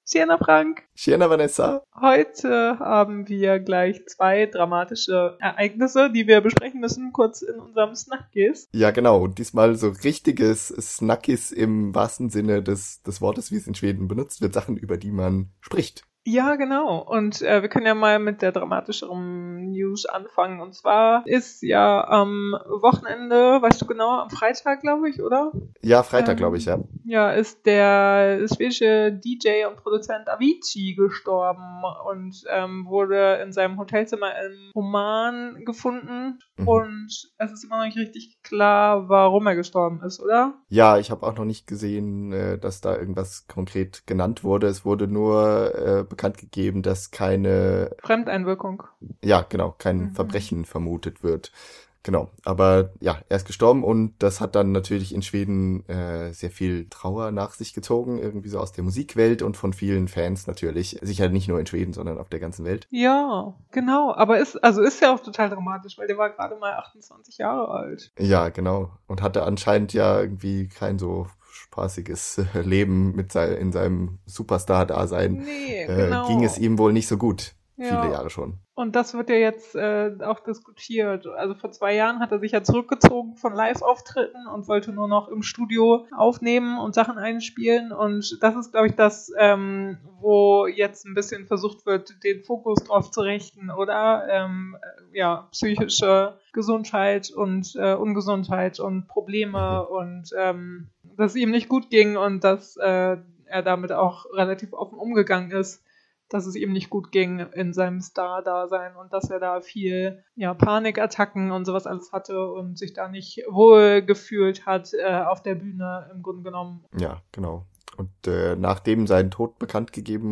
Sienna Frank. Sienna Vanessa. Heute haben wir gleich 2 dramatische Ereignisse, die wir besprechen müssen, kurz in unserem Snackies. Ja, genau. Und diesmal so richtiges Snackies im wahrsten Sinne des Wortes, wie es in Schweden benutzt wird. Sachen, über die man spricht. Ja, genau. Und wir können ja mal mit der dramatischeren News anfangen. Und zwar ist ja am Wochenende, weißt du genau, am Freitag, glaube ich, oder? Ja, Freitag, glaube ich, ja. Ja, ist der schwedische DJ und Produzent Avicii gestorben und wurde in seinem Hotelzimmer in Oman gefunden. Und es ist immer noch nicht richtig klar, warum er gestorben ist, oder? Ja, ich habe auch noch nicht gesehen, dass da irgendwas konkret genannt wurde. Es wurde nur bekannt gegeben, dass keine Fremdeinwirkung. Ja, genau, kein Verbrechen vermutet wird. Genau, aber ja, er ist gestorben und das hat dann natürlich in Schweden sehr viel Trauer nach sich gezogen, irgendwie so aus der Musikwelt und von vielen Fans natürlich. Sicher nicht nur in Schweden, sondern auf der ganzen Welt. Ja, genau, aber ist ja auch total dramatisch, weil der war gerade mal 28 Jahre alt. Ja, genau, und hatte anscheinend ja irgendwie kein so spaßiges Leben in seinem Superstar-Dasein. Nee, genau. Ging es ihm wohl nicht so gut. Ja. Viele Jahre schon. Und das wird ja jetzt auch diskutiert. Also vor 2 Jahren hat er sich ja zurückgezogen von Live-Auftritten und wollte nur noch im Studio aufnehmen und Sachen einspielen. Und das ist, glaube ich, das, wo jetzt ein bisschen versucht wird, den Fokus drauf zu richten, oder? Psychische Gesundheit und Ungesundheit und Probleme und dass es ihm nicht gut ging und dass er damit auch relativ offen umgegangen ist, dass es ihm nicht gut ging in seinem Star-Dasein und dass er da viel Panikattacken und sowas alles hatte und sich da nicht wohl gefühlt hat auf der Bühne im Grunde genommen. Ja, genau. Und nachdem sein Tod bekannt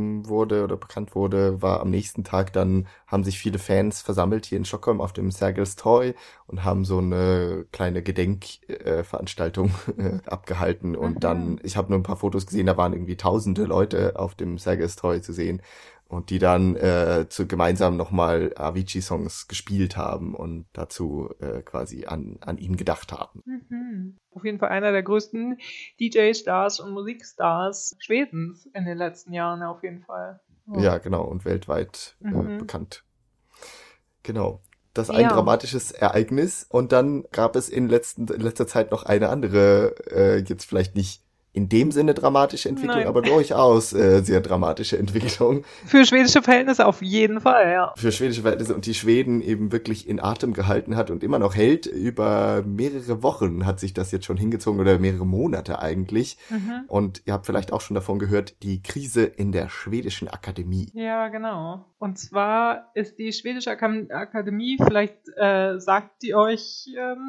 wurde, war am nächsten Tag dann, haben sich viele Fans versammelt hier in Stockholm auf dem Sergels Torg und haben so eine kleine Gedenkveranstaltung abgehalten. Und dann, ich habe nur ein paar Fotos gesehen, da waren irgendwie tausende Leute auf dem Sergels Torg zu sehen. Und die dann gemeinsam nochmal Avicii-Songs gespielt haben und dazu quasi an ihn gedacht haben. Auf jeden Fall einer der größten DJ-Stars und Musikstars Schwedens in den letzten Jahren auf jeden Fall. Oh. Ja, genau, und weltweit bekannt. Genau. Das ist ein dramatisches Ereignis. Und dann gab es in letzter Zeit noch eine andere, jetzt vielleicht nicht in dem Sinne dramatische Entwicklung, aber durchaus sehr dramatische Entwicklung. Für schwedische Verhältnisse auf jeden Fall, ja. Für schwedische Verhältnisse und die Schweden eben wirklich in Atem gehalten hat und immer noch hält. Über mehrere Wochen hat sich das jetzt schon hingezogen oder mehrere Monate eigentlich. Und ihr habt vielleicht auch schon davon gehört, die Krise in der schwedischen Akademie. Ja, genau. Und zwar ist die schwedische Akademie, vielleicht sagt die euch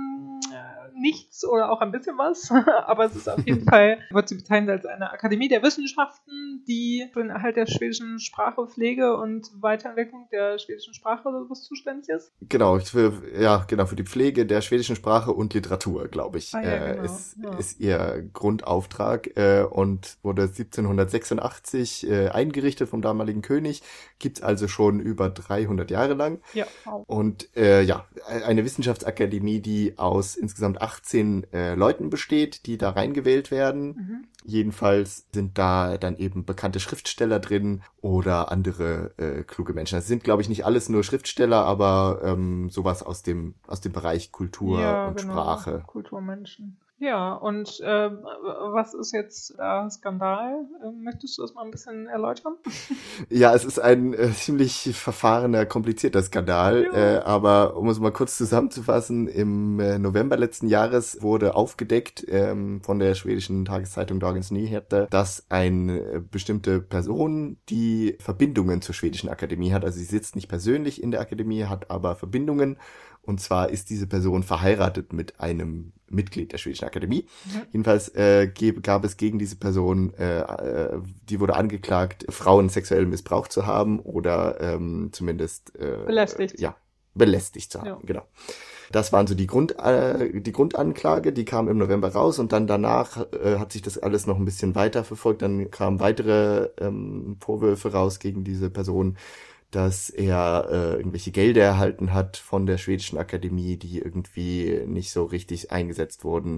nichts oder auch ein bisschen was, aber es ist auf jeden Fall, wird sie bezeichnet als eine Akademie der Wissenschaften, die für den Erhalt der schwedischen Sprache, Pflege und Weiterentwicklung der schwedischen Sprache oder sowas zuständig ist. Genau, für die Pflege der schwedischen Sprache und Literatur, glaube ich, ist ihr Grundauftrag und wurde 1786 eingerichtet vom damaligen König, gibt's also schon über 300 Jahre lang. Ja. Wow. Und eine Wissenschaftsakademie, die aus insgesamt 18 Leuten besteht, die da reingewählt werden. Jedenfalls sind da dann eben bekannte Schriftsteller drin oder andere kluge Menschen. Das sind, glaube ich, nicht alles nur Schriftsteller, aber sowas aus dem Bereich Kultur und Sprache. Kulturmenschen. Ja, und was ist jetzt der Skandal? Möchtest du das mal ein bisschen erläutern? Ja, es ist ein ziemlich verfahrener, komplizierter Skandal, aber um es mal kurz zusammenzufassen, im November letzten Jahres wurde aufgedeckt von der schwedischen Tageszeitung Dagens Nyheter, dass eine bestimmte Person, die Verbindungen zur schwedischen Akademie hat, also sie sitzt nicht persönlich in der Akademie, hat aber Verbindungen. Und zwar ist diese Person verheiratet mit einem Mitglied der schwedischen Akademie. Jedenfalls gab es gegen diese Person, die wurde angeklagt, Frauen sexuell missbraucht zu haben oder zumindest belästigt zu haben. Genau. Das waren so die Grundanklage, die kam im November raus und dann danach hat sich das alles noch ein bisschen weiter verfolgt. Dann kamen weitere Vorwürfe raus gegen diese Person, dass er irgendwelche Gelder erhalten hat von der schwedischen Akademie, die irgendwie nicht so richtig eingesetzt wurden,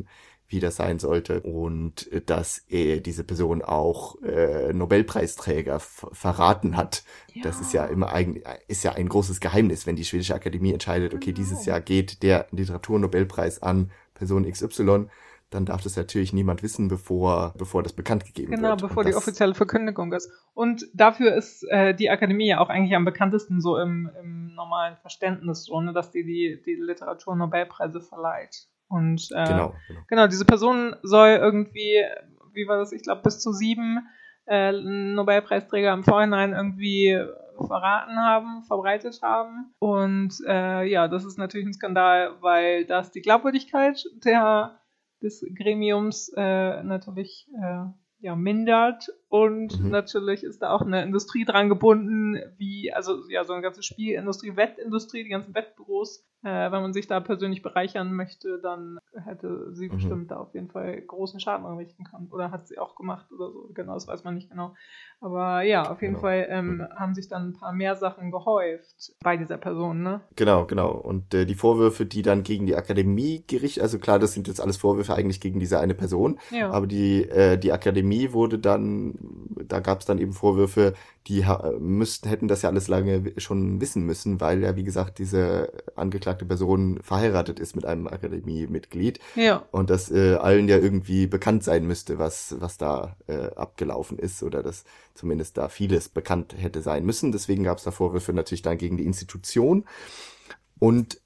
wie das sein sollte und dass diese Person auch Nobelpreisträger verraten hat. Ja. Das ist ja immer ist ja ein großes Geheimnis, wenn die Schwedische Akademie entscheidet, okay, dieses Jahr geht der Literaturnobelpreis an Person XY, dann darf das natürlich niemand wissen, bevor das bekannt gegeben wird. Genau, bevor die offizielle Verkündigung ist. Und dafür ist die Akademie ja auch eigentlich am bekanntesten so im normalen Verständnis, so, ne, dass die Literaturnobelpreise verleiht. Und genau, diese Person soll irgendwie, wie war das, ich glaube bis zu 7 Nobelpreisträger im Vorhinein irgendwie verbreitet haben. Und das ist natürlich ein Skandal, weil das die Glaubwürdigkeit des Gremiums natürlich mindert und natürlich ist da auch eine Industrie dran gebunden, so eine ganze Spielindustrie, Wettindustrie, die ganzen Wettbüros. Wenn man sich da persönlich bereichern möchte, dann hätte sie bestimmt da auf jeden Fall großen Schaden anrichten können. Oder hat sie auch gemacht oder so. Genau, das weiß man nicht genau. Aber ja, auf jeden Fall haben sich dann ein paar mehr Sachen gehäuft bei dieser Person, ne? Genau. Und die Vorwürfe, die dann gegen die Akademie gerichtet, also klar, das sind jetzt alles Vorwürfe eigentlich gegen diese eine Person, aber die Akademie wurde dann, da gab es dann eben Vorwürfe, die hätten das ja alles lange schon wissen müssen, weil ja, wie gesagt, diese angeklagte Person verheiratet ist mit einem Akademiemitglied. Ja. Und dass allen ja irgendwie bekannt sein müsste, was da abgelaufen ist oder dass zumindest da vieles bekannt hätte sein müssen. Deswegen gab es da Vorwürfe natürlich dann gegen die Institution. Und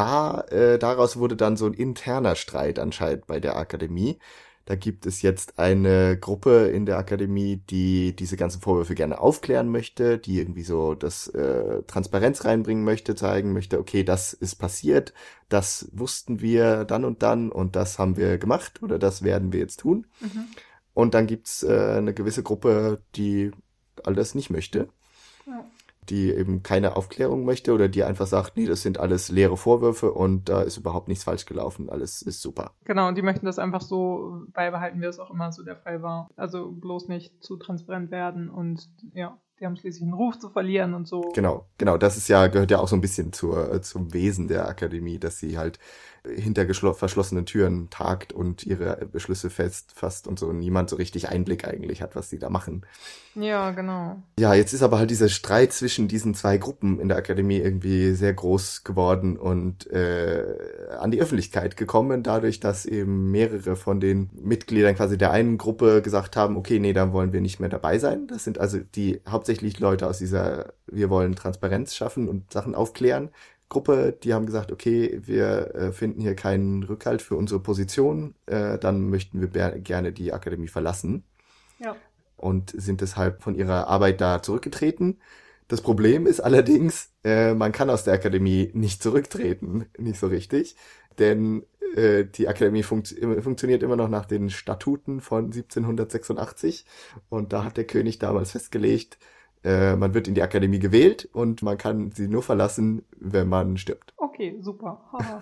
daraus wurde dann so ein interner Streit anscheinend bei der Akademie. Da gibt es jetzt eine Gruppe in der Akademie, die diese ganzen Vorwürfe gerne aufklären möchte, die irgendwie so das Transparenz reinbringen möchte, zeigen möchte, okay, das ist passiert, das wussten wir dann und das haben wir gemacht oder das werden wir jetzt tun. Und dann gibt's eine gewisse Gruppe, die all das nicht möchte. Ja. Die eben keine Aufklärung möchte oder die einfach sagt, nee, das sind alles leere Vorwürfe und da ist überhaupt nichts falsch gelaufen, alles ist super. Genau, und die möchten das einfach so beibehalten, wie es auch immer so der Fall war. Also bloß nicht zu transparent werden und ja, die haben schließlich einen Ruf zu verlieren und so. Genau, das gehört ja auch so ein bisschen zum Wesen der Akademie, dass sie halt hinter verschlossenen Türen tagt und ihre Beschlüsse fasst und so niemand so richtig Einblick eigentlich hat, was sie da machen. Ja, genau. Ja, jetzt ist aber halt dieser Streit zwischen diesen zwei Gruppen in der Akademie irgendwie sehr groß geworden und an die Öffentlichkeit gekommen, dadurch, dass eben mehrere von den Mitgliedern quasi der einen Gruppe gesagt haben, okay, nee, da wollen wir nicht mehr dabei sein. Das sind also die hauptsächlich Leute aus dieser wir wollen Transparenz schaffen und Sachen aufklären Gruppe, die haben gesagt, okay, wir finden hier keinen Rückhalt für unsere Position, dann möchten wir gerne die Akademie verlassen. Ja. Und sind deshalb von ihrer Arbeit da zurückgetreten. Das Problem ist allerdings, man kann aus der Akademie nicht zurücktreten, nicht so richtig, denn die Akademie funktioniert immer noch nach den Statuten von 1786 und da hat der König damals festgelegt, man wird in die Akademie gewählt und man kann sie nur verlassen, wenn man stirbt. Okay, super.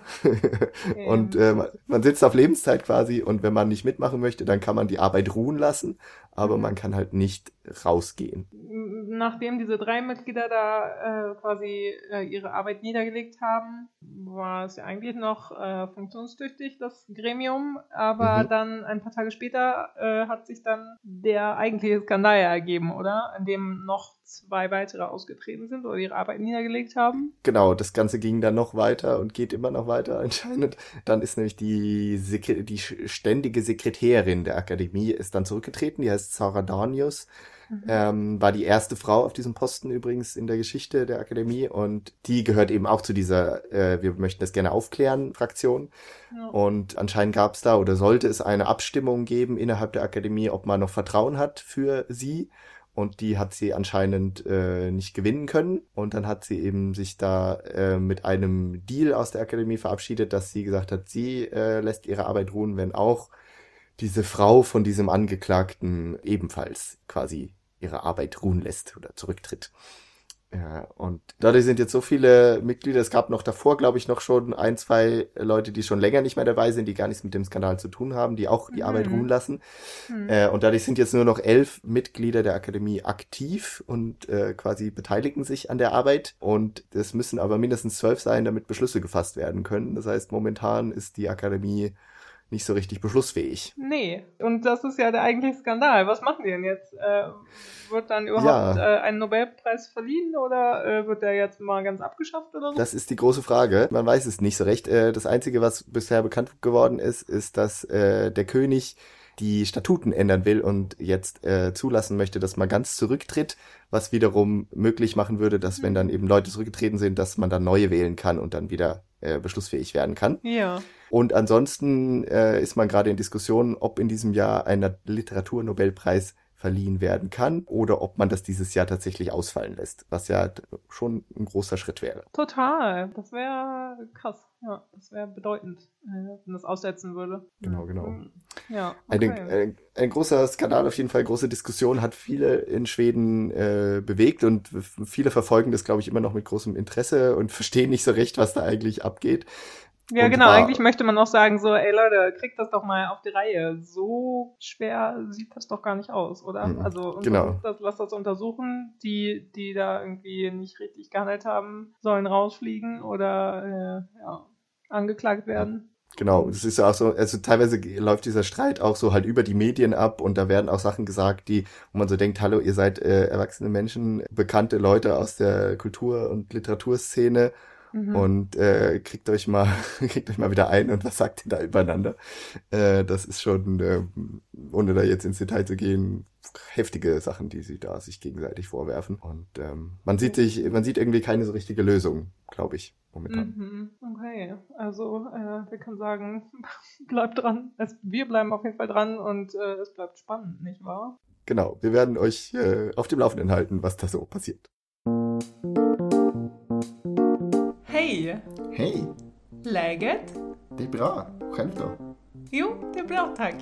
Und man sitzt auf Lebenszeit quasi und wenn man nicht mitmachen möchte, dann kann man die Arbeit ruhen lassen, aber man kann halt nicht rausgehen. Nachdem diese 3 Mitglieder da quasi ihre Arbeit niedergelegt haben, war es ja eigentlich noch funktionstüchtig, das Gremium, aber dann ein paar Tage später hat sich dann der eigentliche Skandal ergeben, oder? In dem noch 2 weitere ausgetreten sind oder ihre Arbeit niedergelegt haben. Genau, das Ganze ging dann noch weiter und geht immer noch weiter anscheinend. Dann ist nämlich die ständige Sekretärin der Akademie ist dann zurückgetreten, die heißt Sarah Danius. War die erste Frau auf diesem Posten übrigens in der Geschichte der Akademie und die gehört eben auch zu dieser wir möchten das gerne aufklären Fraktion. Ja. Und anscheinend gab es da oder sollte es eine Abstimmung geben innerhalb der Akademie, ob man noch Vertrauen hat für sie. Und die hat sie anscheinend nicht gewinnen können. Und dann hat sie eben sich da mit einem Deal aus der Akademie verabschiedet, dass sie gesagt hat, sie lässt ihre Arbeit ruhen, wenn auch diese Frau von diesem Angeklagten ebenfalls quasi ihre Arbeit ruhen lässt oder zurücktritt. Ja, und dadurch sind jetzt so viele Mitglieder, es gab noch davor, glaube ich, noch schon 1, 2 Leute, die schon länger nicht mehr dabei sind, die gar nichts mit dem Skandal zu tun haben, die auch die Arbeit ruhen lassen. Und dadurch sind jetzt nur noch 11 Mitglieder der Akademie aktiv und quasi beteiligen sich an der Arbeit. Und es müssen aber mindestens 12 sein, damit Beschlüsse gefasst werden können. Das heißt, momentan ist die Akademie nicht so richtig beschlussfähig. Nee, und das ist ja der eigentliche Skandal. Was machen die denn jetzt? Wird dann überhaupt ein Nobelpreis verliehen oder wird der jetzt mal ganz abgeschafft oder so? Das ist die große Frage. Man weiß es nicht so recht. Das Einzige, was bisher bekannt geworden ist, dass der König die Statuten ändern will und jetzt zulassen möchte, dass man ganz zurücktritt, was wiederum möglich machen würde, dass wenn dann eben Leute zurückgetreten sind, dass man dann neue wählen kann und dann wieder beschlussfähig werden kann. Ja. Und ansonsten ist man gerade in Diskussion, ob in diesem Jahr ein Literaturnobelpreis verliehen werden kann oder ob man das dieses Jahr tatsächlich ausfallen lässt, was ja schon ein großer Schritt wäre. Total. Das wäre krass. Ja, das wäre bedeutend, wenn das aussetzen würde. Genau. Ja, okay. Ein großer Skandal, auf jeden Fall große Diskussion, hat viele in Schweden bewegt und viele verfolgen das, glaube ich, immer noch mit großem Interesse und verstehen nicht so recht, was da eigentlich abgeht. Ja, genau, eigentlich möchte man auch sagen, so, ey Leute, kriegt das doch mal auf die Reihe. So schwer sieht das doch gar nicht aus, oder? Also genau. Lass das untersuchen. Die da irgendwie nicht richtig gehandelt haben, sollen rausfliegen oder angeklagt werden. Genau, das ist ja auch so, also teilweise läuft dieser Streit auch so halt über die Medien ab und da werden auch Sachen gesagt, wo man so denkt, hallo, ihr seid erwachsene Menschen, bekannte Leute aus der Kultur- und Literaturszene. Und kriegt euch mal wieder ein und was sagt ihr da übereinander? Das ist schon, ohne da jetzt ins Detail zu gehen, heftige Sachen, die sie da sich gegenseitig vorwerfen. Und man sieht irgendwie keine so richtige Lösung, glaube ich, momentan. Okay, also wir können sagen, bleibt dran. Wir bleiben auf jeden Fall dran und es bleibt spannend, nicht wahr? Genau, wir werden euch auf dem Laufenden halten, was da so passiert. Hej! Hej! Läget? Det är bra. Själv då? Jo, det är bra, tack.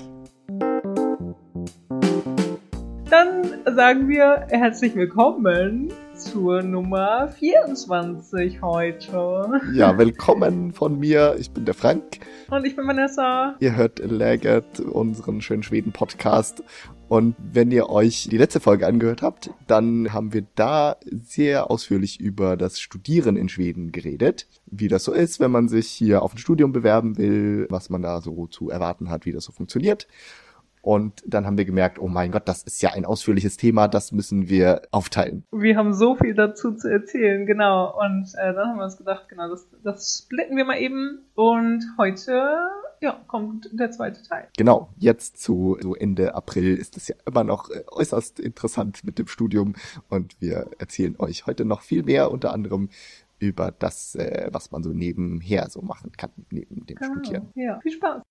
Dann sagen wir herzlich willkommen zur Nummer 24 heute. Ja, willkommen von mir. Ich bin der Frank. Und ich bin Vanessa. Ihr hört Läget, unseren schönen Schweden-Podcast. Und wenn ihr euch die letzte Folge angehört habt, dann haben wir da sehr ausführlich über das Studieren in Schweden geredet. Wie das so ist, wenn man sich hier auf ein Studium bewerben will, was man da so zu erwarten hat, wie das so funktioniert. Und dann haben wir gemerkt, oh mein Gott, das ist ja ein ausführliches Thema, das müssen wir aufteilen. Wir haben so viel dazu zu erzählen, genau. Und dann haben wir uns gedacht, genau, das splitten wir mal eben. Und heute, kommt der zweite Teil. Genau, jetzt zu so Ende April ist es ja immer noch äußerst interessant mit dem Studium. Und wir erzählen euch heute noch viel mehr, unter anderem über das, was man so nebenher so machen kann, neben dem Studieren. Ja, viel Spaß.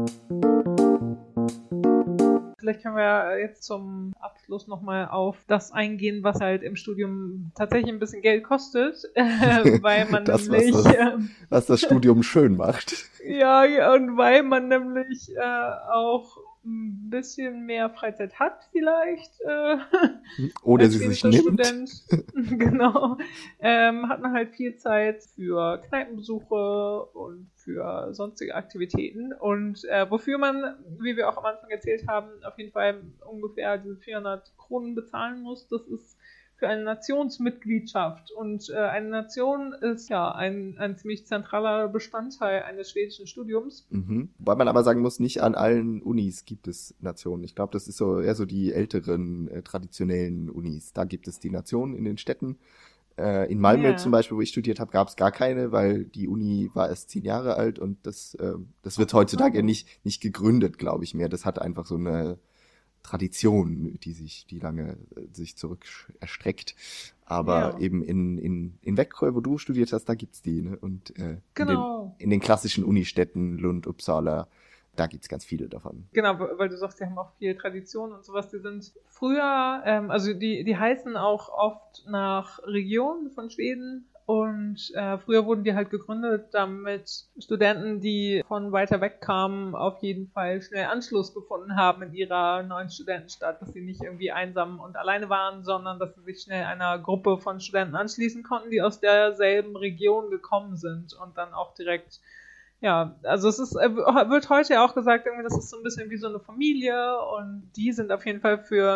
Vielleicht können wir jetzt zum Abschluss nochmal auf das eingehen, was halt im Studium tatsächlich ein bisschen Geld kostet, weil man das, nämlich... was das Studium schön macht. Ja, und weil man nämlich auch ein bisschen mehr Freizeit hat vielleicht. Oder sie sich nimmt. Student. Genau. Hat man halt viel Zeit für Kneipenbesuche und für sonstige Aktivitäten und wofür man, wie wir auch am Anfang erzählt haben, auf jeden Fall ungefähr diese 400 Kronen bezahlen muss. Das ist für eine Nationsmitgliedschaft. Und eine Nation ist ja ein ziemlich zentraler Bestandteil eines schwedischen Studiums. Wobei man aber sagen muss, nicht an allen Unis gibt es Nationen. Ich glaube, das ist so eher so die älteren, traditionellen Unis. Da gibt es die Nationen in den Städten. In Malmö zum Beispiel, wo ich studiert habe, gab es gar keine, weil die Uni war erst 10 Jahre alt und das wird heutzutage nicht gegründet, glaube ich, mehr. Das hat einfach so eine Tradition, die lange sich zurück erstreckt. Aber eben in Växjö, wo du studiert hast, da gibt's die, ne? Und genau. in den klassischen Unistädten, Lund, Uppsala, da gibt's ganz viele davon. Genau, weil du sagst, die haben auch viel Tradition und sowas. Die sind früher, also die heißen auch oft nach Regionen von Schweden. Und früher wurden die halt gegründet, damit Studenten, die von weiter weg kamen, auf jeden Fall schnell Anschluss gefunden haben in ihrer neuen Studentenstadt, dass sie nicht irgendwie einsam und alleine waren, sondern dass sie sich schnell einer Gruppe von Studenten anschließen konnten, die aus derselben Region gekommen sind und dann auch direkt, also es ist, wird heute auch gesagt, irgendwie, das ist so ein bisschen wie so eine Familie und die sind auf jeden Fall für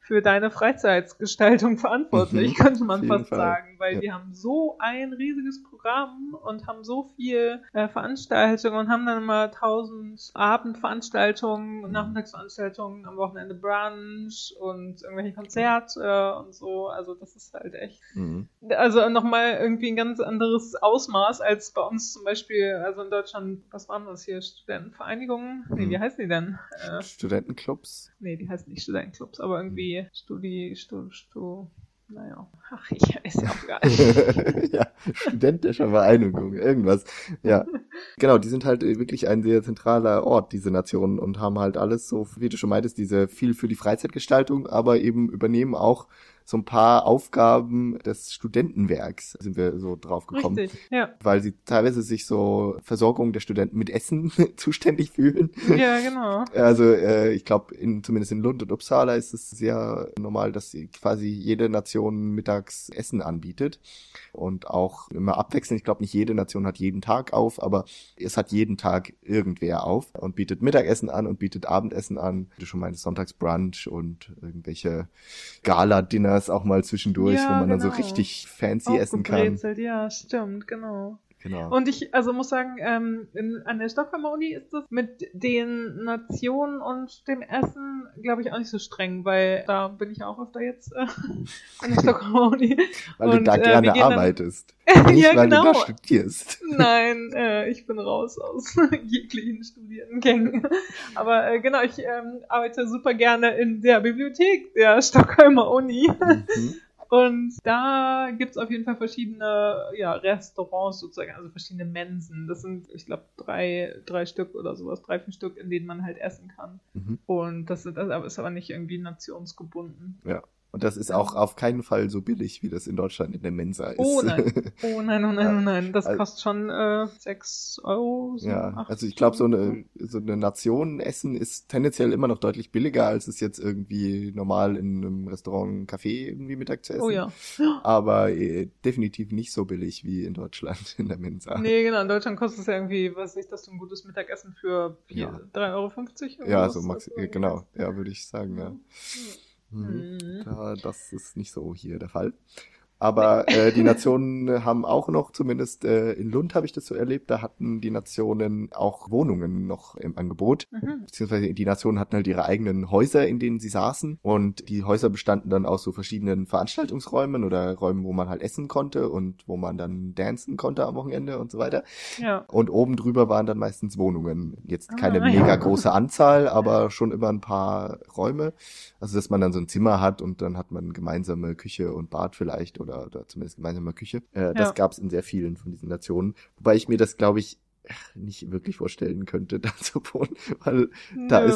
für deine Freizeitgestaltung verantwortlich, könnte man fast sagen, weil die haben so ein riesiges Programm und haben so viel Veranstaltungen und haben dann immer 1000 Abendveranstaltungen, Nachmittagsveranstaltungen, am Wochenende Brunch und irgendwelche Konzerte und so. Also das ist halt echt, also nochmal irgendwie ein ganz anderes Ausmaß als bei uns zum Beispiel, also in Deutschland, was waren das hier, Studentenvereinigungen? Nee, wie heißen die denn? Studentenclubs? Nee, die heißen nicht Studentenclubs, aber irgendwie naja, ach, ist ja auch egal. Ja, studentische Vereinigung, irgendwas. Ja, genau, die sind halt wirklich ein sehr zentraler Ort, diese Nationen, und haben halt alles so, wie du schon meintest, diese viel für die Freizeitgestaltung, aber eben übernehmen auch so ein paar Aufgaben des Studentenwerks, sind wir so drauf gekommen. Richtig, ja. Weil sie teilweise sich so Versorgung der Studenten mit Essen zuständig fühlen. Ja, genau. Also ich glaube, zumindest in Lund und Uppsala ist es sehr normal, dass quasi jede Nation mittags Essen anbietet und auch immer abwechselnd. Ich glaube, nicht jede Nation hat jeden Tag auf, aber es hat jeden Tag irgendwer auf und bietet Mittagessen an und bietet Abendessen an. Wie du schon meintest, Sonntagsbrunch und irgendwelche Gala-Dinner auch mal zwischendurch, wo man dann so richtig fancy essen kann. Ja, stimmt, genau. Genau. Und ich muss sagen, an der Stockholmer Uni ist das mit den Nationen und dem Essen, glaube ich, auch nicht so streng, weil da bin ich auch öfter jetzt an der Stockholmer Uni. Weil du da gerne arbeitest. Nicht, ja, weil genau. du da studierst. Nein, ich bin raus aus jeglichen Studiengängen. Aber genau, ich arbeite super gerne in der Bibliothek der Stockholmer Uni. Und da gibt's auf jeden Fall verschiedene Restaurants sozusagen, also verschiedene Mensen. Das sind, ich glaube, drei Stück oder sowas, 3, 4 Stück, in denen man halt essen kann. Und das ist aber nicht irgendwie nationsgebunden. Ja. Und das ist auch auf keinen Fall so billig, wie das in Deutschland in der Mensa ist. Oh nein. Das kostet schon 6 Euro. So ja, 8 also ich glaube, so eine Nation Essen ist tendenziell immer noch deutlich billiger, als es jetzt irgendwie normal in einem Restaurant, Café irgendwie Mittag zu essen. Oh ja. Aber definitiv nicht so billig wie in Deutschland in der Mensa. Nee, genau. In Deutschland kostet es ja irgendwie, was ist das, ein gutes Mittagessen für 3,50 Euro? Ja, so genau. Ja, würde ich sagen, ja. Das ist nicht so hier der Fall. Aber die Nationen haben auch noch, zumindest in Lund habe ich das so erlebt, da hatten die Nationen auch Wohnungen noch im Angebot. Beziehungsweise die Nationen hatten halt ihre eigenen Häuser, in denen sie saßen. Und die Häuser bestanden dann aus so verschiedenen Veranstaltungsräumen oder Räumen, wo man halt essen konnte und wo man dann dancen konnte am Wochenende und so weiter. Ja. Und oben drüber waren dann meistens Wohnungen. Jetzt keine mega große Anzahl, aber schon immer ein paar Räume. Also dass man dann so ein Zimmer hat und dann hat man gemeinsame Küche und Bad vielleicht oder zumindest gemeinsame Küche. Das gab es in sehr vielen von diesen Nationen. Wobei ich mir das, glaube ich, nicht wirklich vorstellen könnte, da zu wohnen, weil da ist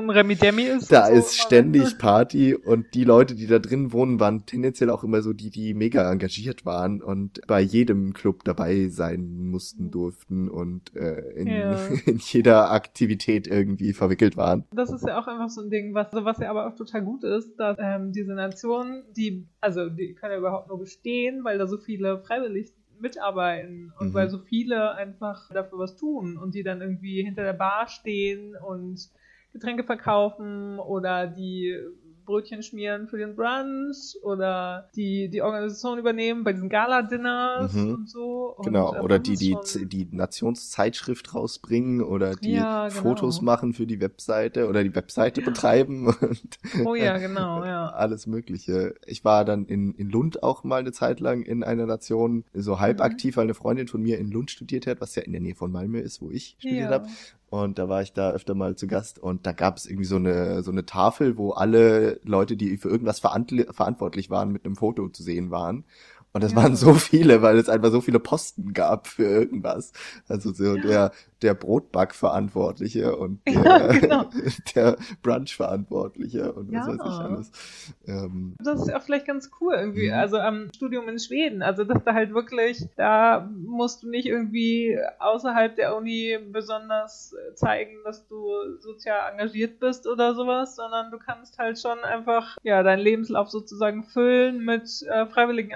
ständig Party und die Leute, die da drin wohnen, waren tendenziell auch immer so die mega engagiert waren und bei jedem Club dabei sein mussten, durften und in jeder Aktivität irgendwie verwickelt waren. Das ist ja auch einfach so ein Ding, was ja aber auch total gut ist, dass diese Nationen, die können ja überhaupt nur bestehen, weil da so viele freiwillig mitarbeiten und weil so viele einfach dafür was tun und die dann irgendwie hinter der Bar stehen und Getränke verkaufen oder die Brötchen schmieren für den Brunch oder die Organisation übernehmen bei diesen Gala-Dinners und so. Genau, oder die Nationszeitschrift rausbringen oder die Fotos machen für die Webseite oder die Webseite betreiben und genau. Alles Mögliche. Ich war dann in Lund auch mal eine Zeit lang in einer Nation so halb aktiv, weil eine Freundin von mir in Lund studiert hat, was ja in der Nähe von Malmö ist, wo ich studiert habe. Und da war ich da öfter mal zu Gast und da gab es irgendwie so eine Tafel, wo alle Leute, die für irgendwas verantwortlich waren, mit einem Foto zu sehen waren. Und das waren so viele, weil es einfach so viele Posten gab für irgendwas. Also so der Brotback-Verantwortliche und der Brunch-Verantwortliche und was weiß ich alles. Das ist ja vielleicht ganz cool irgendwie. Also am Studium in Schweden. Also dass da halt wirklich, da musst du nicht irgendwie außerhalb der Uni besonders zeigen, dass du sozial engagiert bist oder sowas, sondern du kannst halt schon einfach deinen Lebenslauf sozusagen füllen mit freiwilligen Aktivitäten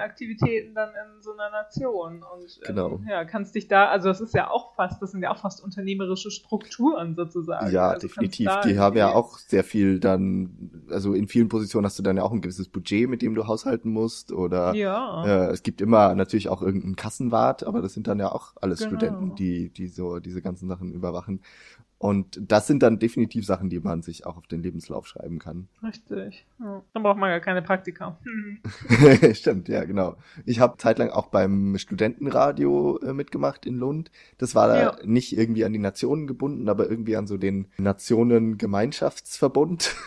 Aktivitäten dann in so einer Nation und Genau. kannst dich da, also das sind ja auch fast unternehmerische Strukturen sozusagen. Ja, also definitiv. Die haben ja auch sehr viel dann, also in vielen Positionen hast du dann ja auch ein gewisses Budget, mit dem du haushalten musst oder es gibt immer natürlich auch irgendeinen Kassenwart, aber das sind dann ja auch alles Studenten, die so diese ganzen Sachen überwachen. Und das sind dann definitiv Sachen, die man sich auch auf den Lebenslauf schreiben kann. Richtig. Ja. Dann braucht man ja keine Praktika. Stimmt, ja, genau. Ich habe zeitlang auch beim Studentenradio mitgemacht in Lund. Das war da nicht irgendwie an die Nationen gebunden, aber irgendwie an so den Nationen-Gemeinschaftsverbund.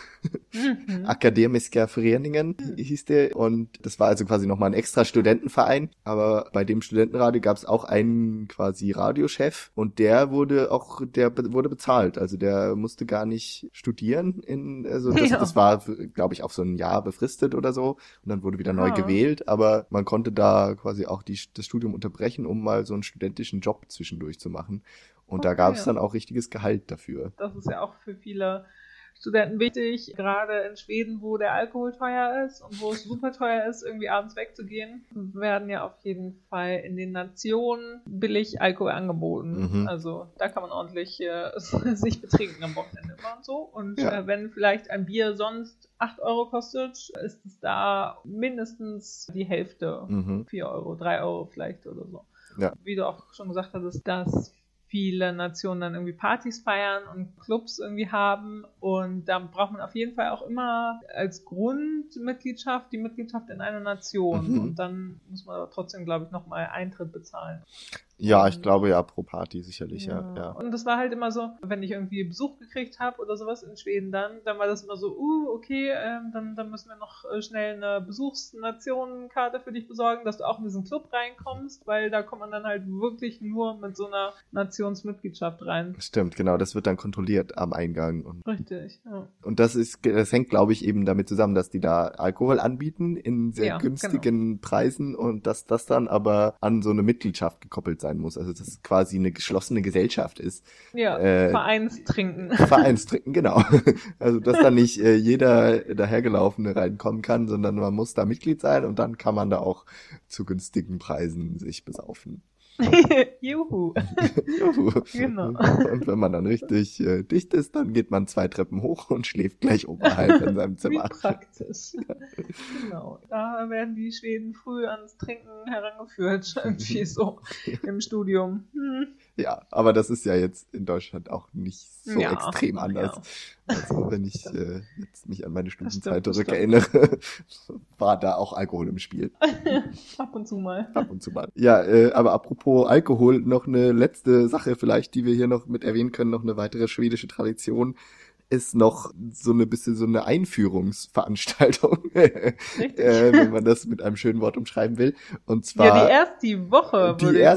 Akademiska Vereningen hieß der, und das war also quasi nochmal ein extra Studentenverein, aber bei dem Studentenradio gab es auch einen quasi Radiochef und der wurde bezahlt, also der musste gar nicht studieren, das war, glaube ich, auf so ein Jahr befristet oder so, und dann wurde wieder neu gewählt, aber man konnte da quasi auch das Studium unterbrechen, um mal so einen studentischen Job zwischendurch zu machen, und da gab es dann auch richtiges Gehalt dafür. Das ist ja auch für viele Studenten wichtig, gerade in Schweden, wo der Alkohol teuer ist und wo es super teuer ist, irgendwie abends wegzugehen, werden ja auf jeden Fall in den Nationen billig Alkohol angeboten. Also da kann man ordentlich sich betrinken am Wochenende immer und so. Und wenn vielleicht ein Bier sonst 8 Euro kostet, ist es da mindestens die Hälfte, 4 Euro, 3 Euro vielleicht oder so. Ja. Wie du auch schon gesagt hattest, dass viele Nationen dann irgendwie Partys feiern und Clubs irgendwie haben, und da braucht man auf jeden Fall auch immer als Grundmitgliedschaft die Mitgliedschaft in einer Nation, und dann muss man aber trotzdem, glaube ich, nochmal Eintritt bezahlen. Ja, ich glaube ja, pro Party sicherlich, ja. Und das war halt immer so, wenn ich irgendwie Besuch gekriegt habe oder sowas in Schweden, dann war das immer so, okay, dann müssen wir noch schnell eine Besuchsnationenkarte für dich besorgen, dass du auch in diesen Club reinkommst, weil da kommt man dann halt wirklich nur mit so einer Nationsmitgliedschaft rein. Stimmt, genau, das wird dann kontrolliert am Eingang. Richtig, ja. Und das hängt, glaube ich, eben damit zusammen, dass die da Alkohol anbieten in sehr günstigen Preisen, und dass das dann aber an so eine Mitgliedschaft gekoppelt sein muss. Also dass es quasi eine geschlossene Gesellschaft ist. Ja, Vereinstrinken. Vereinstrinken, genau. Also dass da nicht jeder dahergelaufene reinkommen kann, sondern man muss da Mitglied sein, und dann kann man da auch zu günstigen Preisen sich besaufen. Juhu. Juhu. Genau. Und wenn man dann richtig dicht ist, dann geht man 2 Treppen hoch und schläft gleich oberhalb in seinem Zimmer. Wie praktisch. Genau. Da werden die Schweden früh ans Trinken herangeführt, irgendwie so im Studium. Ja, aber das ist ja jetzt in Deutschland auch nicht so extrem anders. Ja. Also wenn ich jetzt mich an meine Studienzeit zurückerinnere, war da auch Alkohol im Spiel. Ab und zu mal. Ab und zu mal. Ja, aber apropos Alkohol, noch eine letzte Sache vielleicht, die wir hier noch mit erwähnen können, noch eine weitere schwedische Tradition, ist noch so eine Einführungsveranstaltung, wenn man das mit einem schönen Wort umschreiben will. Und zwar die erste Woche.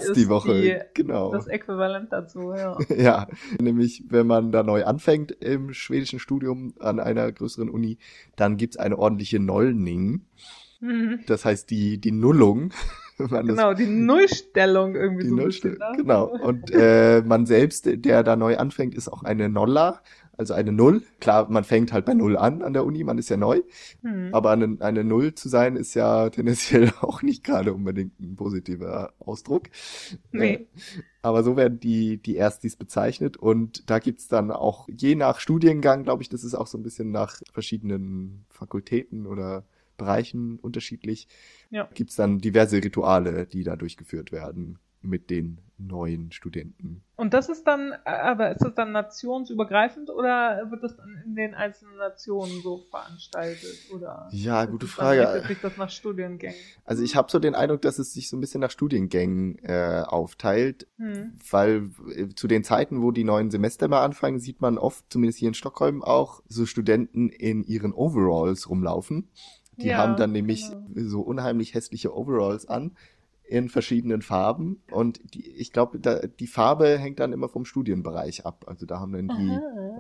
Genau. Das Äquivalent dazu, ja. Ja, nämlich wenn man da neu anfängt im schwedischen Studium an einer größeren Uni, dann gibt's eine ordentliche Nollning. Das heißt die Nullung. Genau, die Nullstellung irgendwie so. Genau. Und man selbst, der da neu anfängt, ist auch eine Nolla, also eine Null. Klar, man fängt halt bei Null an der Uni, man ist ja neu. Aber eine Null zu sein, ist ja tendenziell auch nicht gerade unbedingt ein positiver Ausdruck. Nee. Aber so werden die Erstis bezeichnet, und da gibt's dann auch, je nach Studiengang, glaube ich, das ist auch so ein bisschen nach verschiedenen Fakultäten oder Bereichen unterschiedlich, gibt's dann diverse Rituale, die da durchgeführt werden mit den neuen Studenten. Und das ist dann, aber ist das dann nationsübergreifend oder wird das dann in den einzelnen Nationen so veranstaltet? Oder ja, gute Frage. Richtet sich das nach Studiengängen? Also ich habe so den Eindruck, dass es sich so ein bisschen nach Studiengängen aufteilt, weil zu den Zeiten, wo die neuen Semester mal anfangen, sieht man oft, zumindest hier in Stockholm auch, so Studenten in ihren Overalls rumlaufen. Die haben dann nämlich so unheimlich hässliche Overalls an, in verschiedenen Farben, und ich glaube, die Farbe hängt dann immer vom Studienbereich ab. Also da haben dann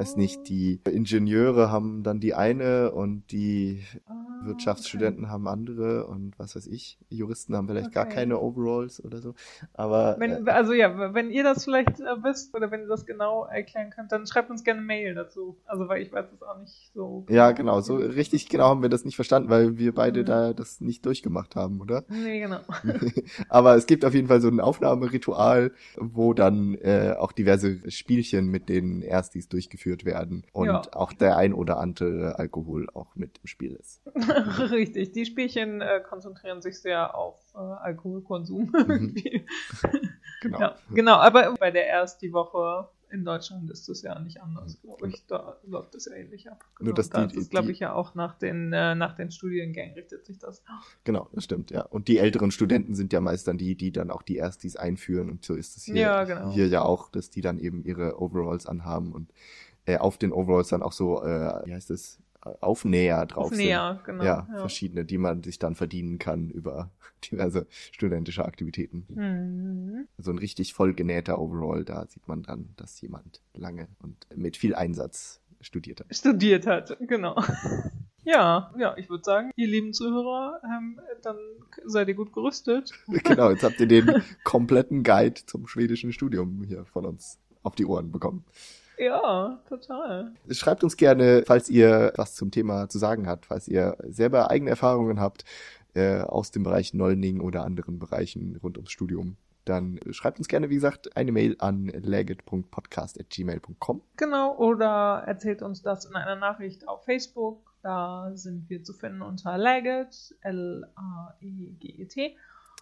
weiß nicht, die Ingenieure haben dann die eine und die Wirtschaftsstudenten haben andere und was weiß ich, Juristen haben vielleicht gar keine Overalls oder so. Aber wenn ihr das vielleicht wisst oder wenn ihr das genau erklären könnt, dann schreibt uns gerne eine Mail dazu. Also weil ich weiß das auch nicht so. Ja, genau, so richtig genau haben wir das nicht verstanden, weil wir beide da das nicht durchgemacht haben, oder? Nee, genau. Aber es gibt auf jeden Fall so ein Aufnahmeritual, wo dann auch diverse Spielchen mit den Erstis durchgeführt werden und auch der ein oder andere Alkohol auch mit im Spiel ist. Richtig, die Spielchen konzentrieren sich sehr auf Alkoholkonsum irgendwie. Genau. Ja, genau, aber bei der Ersti-Woche in Deutschland ist das ja nicht anders, glaube ich. Da läuft es ja ähnlich ab. Genau. Nur, dass das ist, glaube ich, ja auch nach den Studiengängen richtet sich das. Genau, das stimmt, ja. Und die älteren Studenten sind ja meist dann die dann auch die Erstis einführen. Und so ist es hier ja auch, dass die dann eben ihre Overalls anhaben und auf den Overalls dann auch so, wie heißt es, Aufnäher drauf sind. Genau. Ja, verschiedene, die man sich dann verdienen kann über diverse studentische Aktivitäten. Mhm. So ein richtig vollgenähter Overall, da sieht man dann, dass jemand lange und mit viel Einsatz studiert hat. Genau. Ja, ich würde sagen, ihr lieben Zuhörer, dann seid ihr gut gerüstet. Genau, jetzt habt ihr den kompletten Guide zum schwedischen Studium hier von uns auf die Ohren bekommen. Ja, total. Schreibt uns gerne, falls ihr was zum Thema zu sagen habt, falls ihr selber eigene Erfahrungen habt aus dem Bereich Nollning oder anderen Bereichen rund ums Studium. Dann schreibt uns gerne, wie gesagt, eine Mail an legit.podcast@gmail.com. Genau, oder erzählt uns das in einer Nachricht auf Facebook. Da sind wir zu finden unter Legit, Laeget.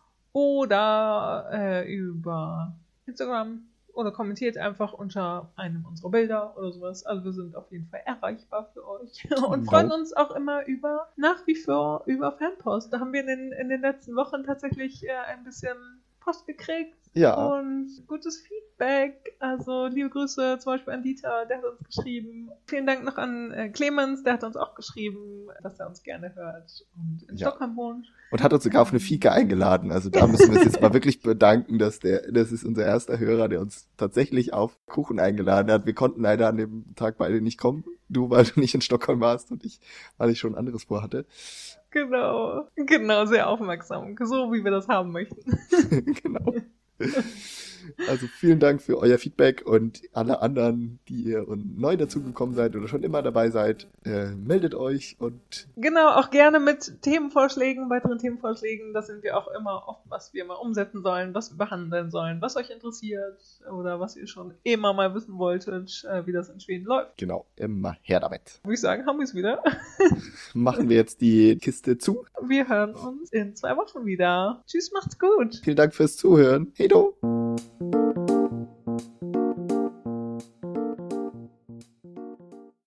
Oder über Instagram. Oder kommentiert einfach unter einem unserer Bilder oder sowas. Also wir sind auf jeden Fall erreichbar für euch. Und freuen uns auch immer nach wie vor über Fanpost. Da haben wir in den letzten Wochen tatsächlich ein bisschen Post gekriegt. Ja. Und gutes Feedback. Also liebe Grüße zum Beispiel an Dieter, der hat uns geschrieben. Vielen Dank noch an Clemens, der hat uns auch geschrieben, dass er uns gerne hört und in Stockholm wohnt. Und hat uns sogar auf eine Fika eingeladen. Also da müssen wir uns jetzt mal wirklich bedanken, das ist unser erster Hörer, der uns tatsächlich auf Kuchen eingeladen hat. Wir konnten leider an dem Tag beide nicht kommen. Du, weil du nicht in Stockholm warst und ich, weil ich schon anderes vorhatte. Genau, sehr aufmerksam. So wie wir das haben möchten. Genau. Also vielen Dank für euer Feedback und alle anderen, die ihr neu dazugekommen seid oder schon immer dabei seid, meldet euch und... Genau, auch gerne mit weiteren Themenvorschlägen, das sind wir auch immer oft, was wir mal umsetzen sollen, was wir behandeln sollen, was euch interessiert oder was ihr schon immer mal wissen wolltet, wie das in Schweden läuft. Genau, immer her damit. Würde ich sagen, haben wir es wieder. Machen wir jetzt die Kiste zu. Wir hören uns in 2 Wochen wieder. Tschüss, macht's gut. Vielen Dank fürs Zuhören. Hey do!